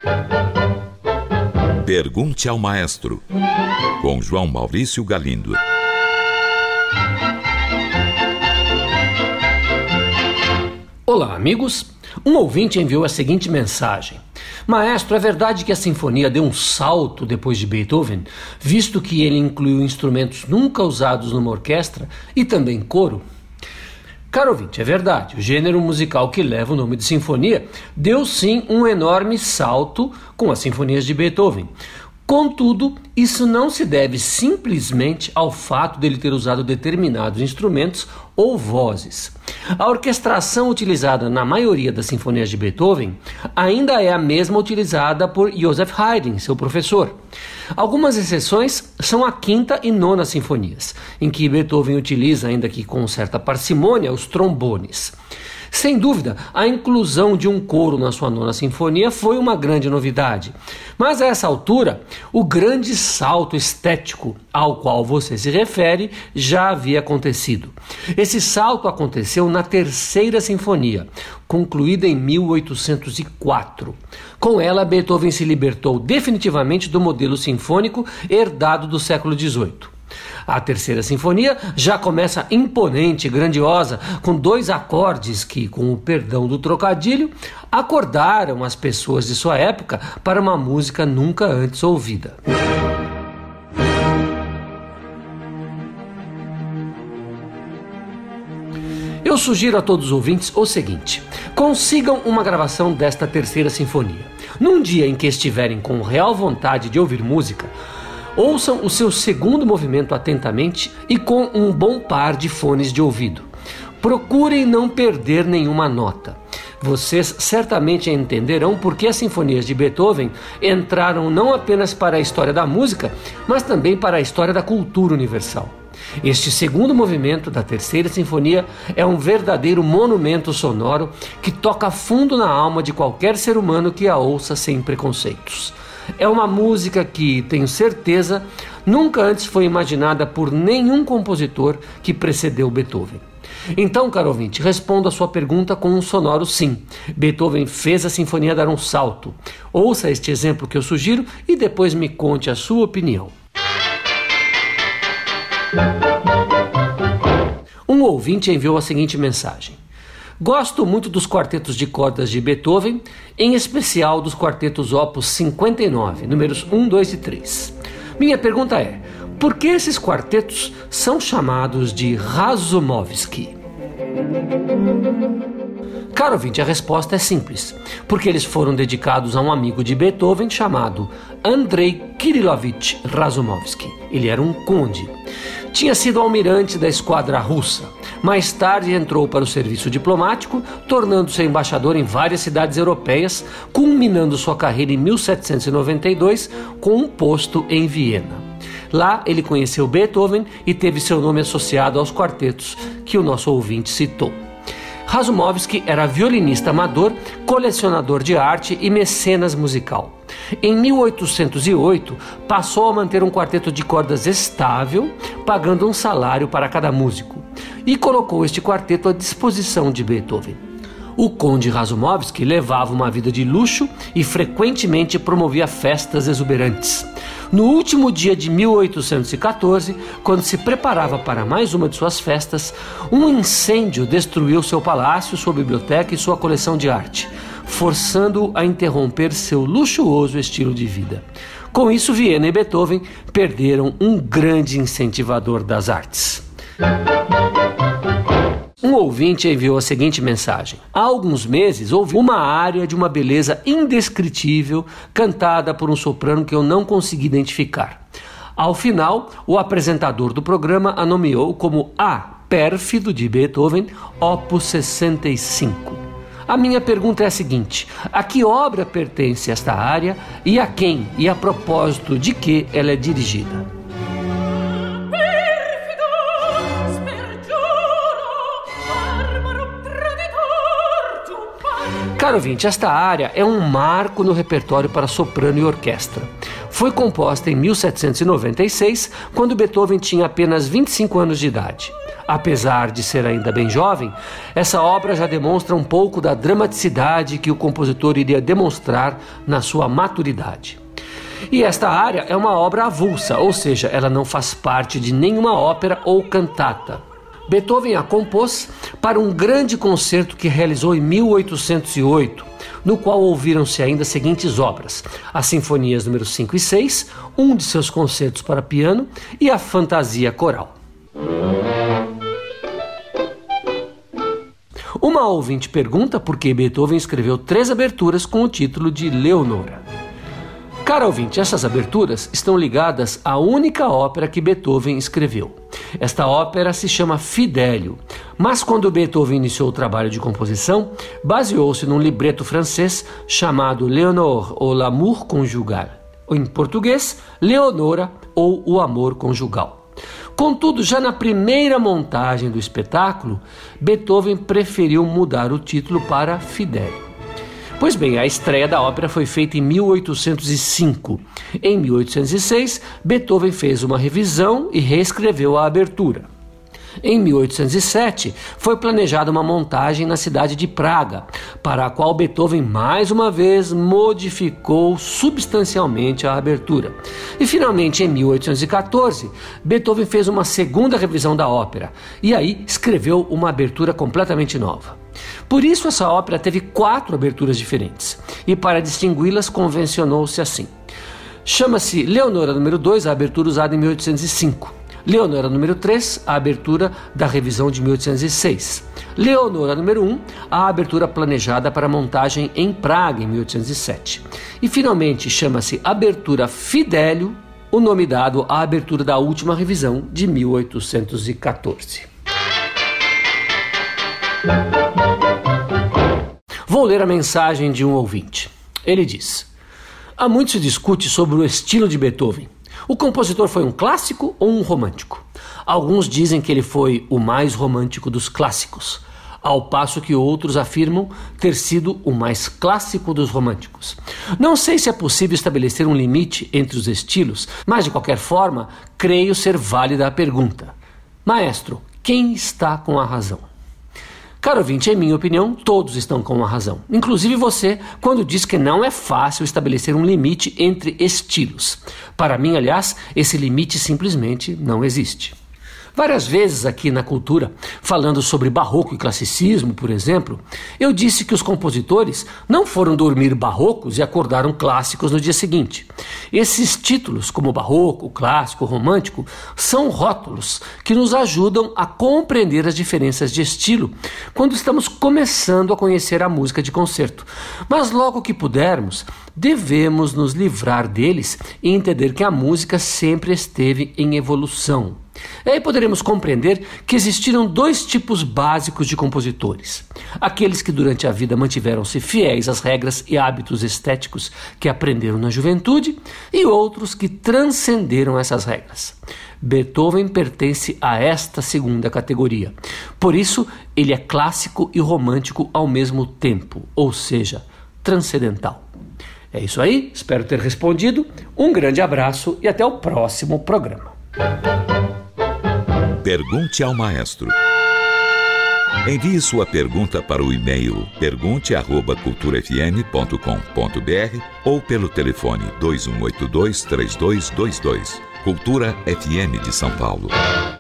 Pergunte ao Maestro, com João Maurício Galindo. Olá, amigos. Um ouvinte enviou a seguinte mensagem: Maestro, é verdade que a sinfonia deu um salto depois de Beethoven, visto que ele incluiu instrumentos nunca usados numa orquestra e também coro? Caro ouvinte, é verdade. O gênero musical que leva o nome de sinfonia deu sim um enorme salto com as sinfonias de Beethoven. Contudo, isso não se deve simplesmente ao fato dele ter usado determinados instrumentos ou vozes. A orquestração utilizada na maioria das sinfonias de Beethoven ainda é a mesma utilizada por Joseph Haydn, seu professor. Algumas exceções são a quinta e nona sinfonias, em que Beethoven utiliza, ainda que com certa parcimônia, os trombones. Sem dúvida, a inclusão de um coro na sua nona sinfonia foi uma grande novidade. Mas a essa altura, o grande salto estético ao qual você se refere já havia acontecido. Esse salto aconteceu na terceira sinfonia, concluída em 1804. Com ela, Beethoven se libertou definitivamente do modelo sinfônico herdado do século XVIII. A terceira sinfonia já começa imponente e grandiosa, com 2 acordes que, com o perdão do trocadilho, acordaram as pessoas de sua época para uma música nunca antes ouvida. Eu sugiro a todos os ouvintes o seguinte: consigam uma gravação desta terceira sinfonia. Num dia em que estiverem com real vontade de ouvir música, ouçam o seu segundo movimento atentamente e com um bom par de fones de ouvido. Procurem não perder nenhuma nota. Vocês certamente entenderão por que as sinfonias de Beethoven entraram não apenas para a história da música, mas também para a história da cultura universal. Este segundo movimento da terceira sinfonia é um verdadeiro monumento sonoro que toca fundo na alma de qualquer ser humano que a ouça sem preconceitos. É uma música que, tenho certeza, nunca antes foi imaginada por nenhum compositor que precedeu Beethoven. Então, caro ouvinte, respondo a sua pergunta com um sonoro sim. Beethoven fez a sinfonia dar um salto. Ouça este exemplo que eu sugiro e depois me conte a sua opinião. Um ouvinte enviou a seguinte mensagem: gosto muito dos quartetos de cordas de Beethoven, em especial dos quartetos Opus 59, números 1, 2 e 3. Minha pergunta é: por que esses quartetos são chamados de Razumovsky? Caro ouvinte, a resposta é simples, porque eles foram dedicados a um amigo de Beethoven chamado Andrei Kirilovich Razumovsky. Ele era um conde. Tinha sido almirante da esquadra russa. Mais tarde entrou para o serviço diplomático, tornando-se embaixador em várias cidades europeias, culminando sua carreira em 1792 com um posto em Viena. Lá ele conheceu Beethoven e teve seu nome associado aos quartetos que o nosso ouvinte citou. Razumovsky era violinista amador, colecionador de arte e mecenas musical. Em 1808, passou a manter um quarteto de cordas estável, pagando um salário para cada músico, e colocou este quarteto à disposição de Beethoven. O conde Razumovsky levava uma vida de luxo e frequentemente promovia festas exuberantes. No último dia de 1814, quando se preparava para mais uma de suas festas, um incêndio destruiu seu palácio, sua biblioteca e sua coleção de arte, forçando-o a interromper seu luxuoso estilo de vida. Com isso, Viena e Beethoven perderam um grande incentivador das artes. Um ouvinte enviou a seguinte mensagem: há alguns meses ouvi uma área de uma beleza indescritível cantada por um soprano que eu não consegui identificar. Ao final, o apresentador do programa a nomeou como a Pérfido de Beethoven, Opus 65. A minha pergunta é a seguinte: a que obra pertence esta área e a quem e a propósito de que ela é dirigida? Caro ouvinte, esta área é um marco no repertório para soprano e orquestra. Foi composta em 1796, quando Beethoven tinha apenas 25 anos de idade. Apesar de ser ainda bem jovem, essa obra já demonstra um pouco da dramaticidade que o compositor iria demonstrar na sua maturidade. E esta área é uma obra avulsa, ou seja, ela não faz parte de nenhuma ópera ou cantata. Beethoven a compôs para um grande concerto que realizou em 1808, no qual ouviram-se ainda as seguintes obras: as Sinfonias número 5 e 6, um de seus concertos para piano e a Fantasia Coral. Uma ouvinte pergunta por que Beethoven escreveu 3 aberturas com o título de Leonora. Cara ouvinte, essas aberturas estão ligadas à única ópera que Beethoven escreveu. Esta ópera se chama Fidelio, mas quando Beethoven iniciou o trabalho de composição, baseou-se num libreto francês chamado Léonore ou L'amour conjugal, ou em português, Leonora ou O Amor Conjugal. Contudo, já na primeira montagem do espetáculo, Beethoven preferiu mudar o título para Fidelio. Pois bem, a estreia da ópera foi feita em 1805. Em 1806, Beethoven fez uma revisão e reescreveu a abertura. Em 1807, foi planejada uma montagem na cidade de Praga, para a qual Beethoven mais uma vez modificou substancialmente a abertura. E finalmente, em 1814, Beethoven fez uma segunda revisão da ópera, e aí escreveu uma abertura completamente nova. Por isso, essa ópera teve 4 aberturas diferentes, e para distingui-las convencionou-se assim. Chama-se Leonora número 2, a abertura usada em 1805. Leonora número 3, a abertura da revisão de 1806. Leonora número 1, a abertura planejada para a montagem em Praga em 1807. E finalmente chama-se Abertura Fidelio, o nome dado à abertura da última revisão de 1814. Vou ler a mensagem de um ouvinte. Ele diz: há muito se discute sobre o estilo de Beethoven. O compositor foi um clássico ou um romântico? Alguns dizem que ele foi o mais romântico dos clássicos, ao passo que outros afirmam ter sido o mais clássico dos românticos. Não sei se é possível estabelecer um limite entre os estilos, mas de qualquer forma, creio ser válida a pergunta. Maestro, quem está com a razão? Caro ouvinte, em minha opinião, todos estão com a razão. Inclusive você, quando diz que não é fácil estabelecer um limite entre estilos. Para mim, aliás, esse limite simplesmente não existe. Várias vezes aqui na cultura, falando sobre barroco e classicismo, por exemplo, eu disse que os compositores não foram dormir barrocos e acordaram clássicos no dia seguinte. Esses títulos, como barroco, clássico, romântico, são rótulos que nos ajudam a compreender as diferenças de estilo quando estamos começando a conhecer a música de concerto. Mas logo que pudermos, devemos nos livrar deles e entender que a música sempre esteve em evolução. E aí poderemos compreender que existiram 2 tipos básicos de compositores. Aqueles que durante a vida mantiveram-se fiéis às regras e hábitos estéticos que aprenderam na juventude e outros que transcenderam essas regras. Beethoven pertence a esta segunda categoria. Por isso, ele é clássico e romântico ao mesmo tempo, ou seja, transcendental. É isso aí, espero ter respondido. Um grande abraço e até o próximo programa. Pergunte ao Maestro. Envie sua pergunta para o e-mail pergunte@culturafm.com.br ou pelo telefone 2182-3222. Cultura FM de São Paulo.